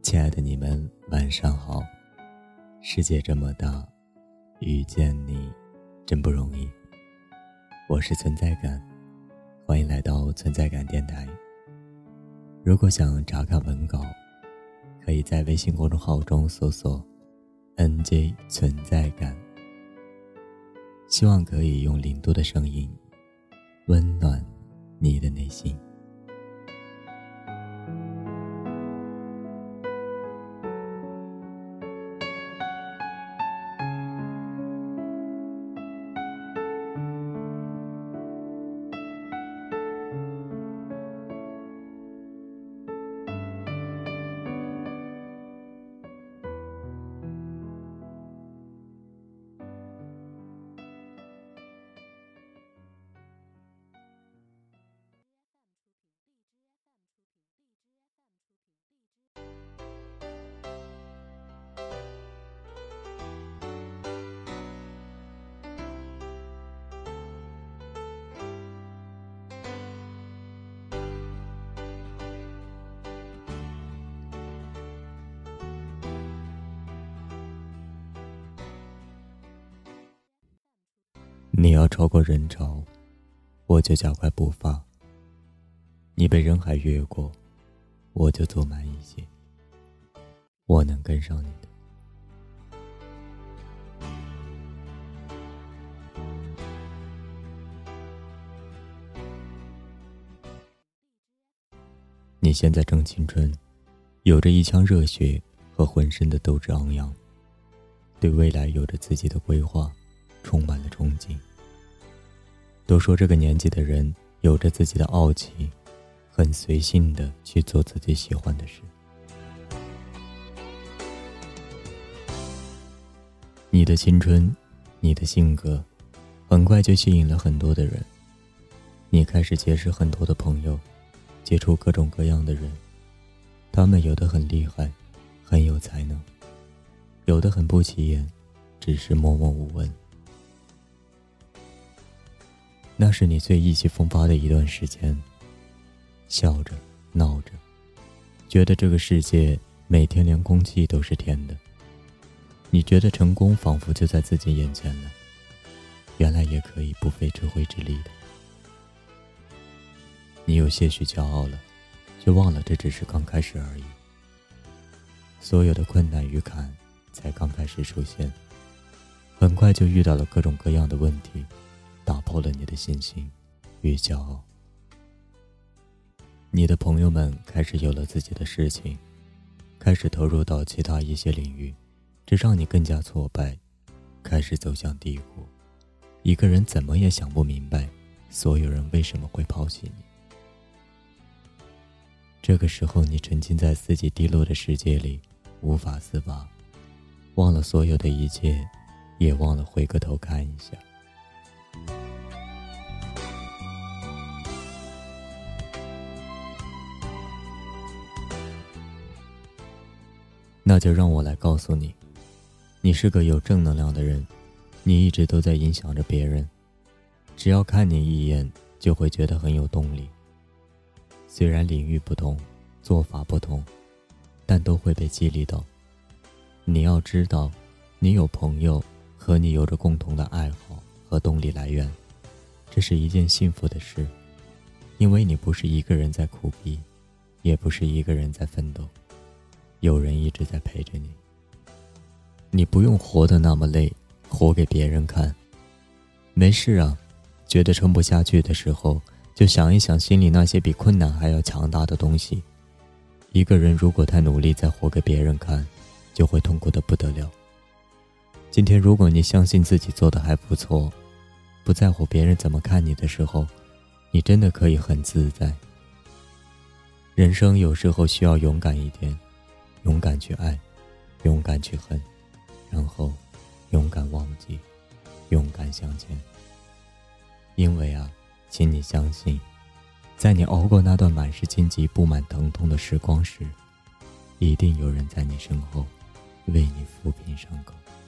亲爱的你们，晚上好。世界这么大，遇见你真不容易。我是存在感，欢迎来到存在感电台。如果想查看文稿，可以在微信公众号中搜索 NJ 存在感。希望可以用0度的声音温暖你的内心。你要超过人潮，我就加快步伐；你被人海越过，我就走慢一些。我能跟上你的。你现在正青春，有着一腔热血和浑身的斗志昂扬，对未来有着自己的规划，充满了憧憬。都说这个年纪的人有着自己的傲气，很随性的去做自己喜欢的事。你的青春，你的性格，很快就吸引了很多的人。你开始结识很多的朋友，接触各种各样的人，他们有的很厉害，很有才能，有的很不起眼，只是默默无闻。那是你最意气风发的一段时间，笑着闹着，觉得这个世界每天连空气都是甜的。你觉得成功仿佛就在自己眼前了，原来也可以不费吹灰之力的。你有些许骄傲了，却忘了这只是刚开始而已。所有的困难与坎才刚开始出现，很快就遇到了各种各样的问题，打破了你的信心与骄傲。你的朋友们开始有了自己的事情，开始投入到其他一些领域，这让你更加挫败，开始走向低谷。一个人怎么也想不明白，所有人为什么会抛弃你。这个时候你沉浸在自己低落的世界里，无法自拔，忘了所有的一切，也忘了回个头看一下。那就让我来告诉你，你是个有正能量的人，你一直都在影响着别人，只要看你一眼就会觉得很有动力。虽然领域不同，做法不同，但都会被激励到。你要知道，你有朋友和你有着共同的爱好和动力来源，这是一件幸福的事，因为你不是一个人在苦逼，也不是一个人在奋斗，有人一直在陪着你。你不用活得那么累，活给别人看。没事啊，觉得撑不下去的时候，就想一想心里那些比困难还要强大的东西。一个人如果太努力再活给别人看，就会痛苦得不得了。今天如果你相信自己做得还不错，不在乎别人怎么看你的时候，你真的可以很自在。人生有时候需要勇敢一点，勇敢去爱，勇敢去恨，然后勇敢忘记，勇敢向前。因为啊，请你相信，在你熬过那段满是荆棘布满疼痛的时光时，一定有人在你身后为你抚平伤口。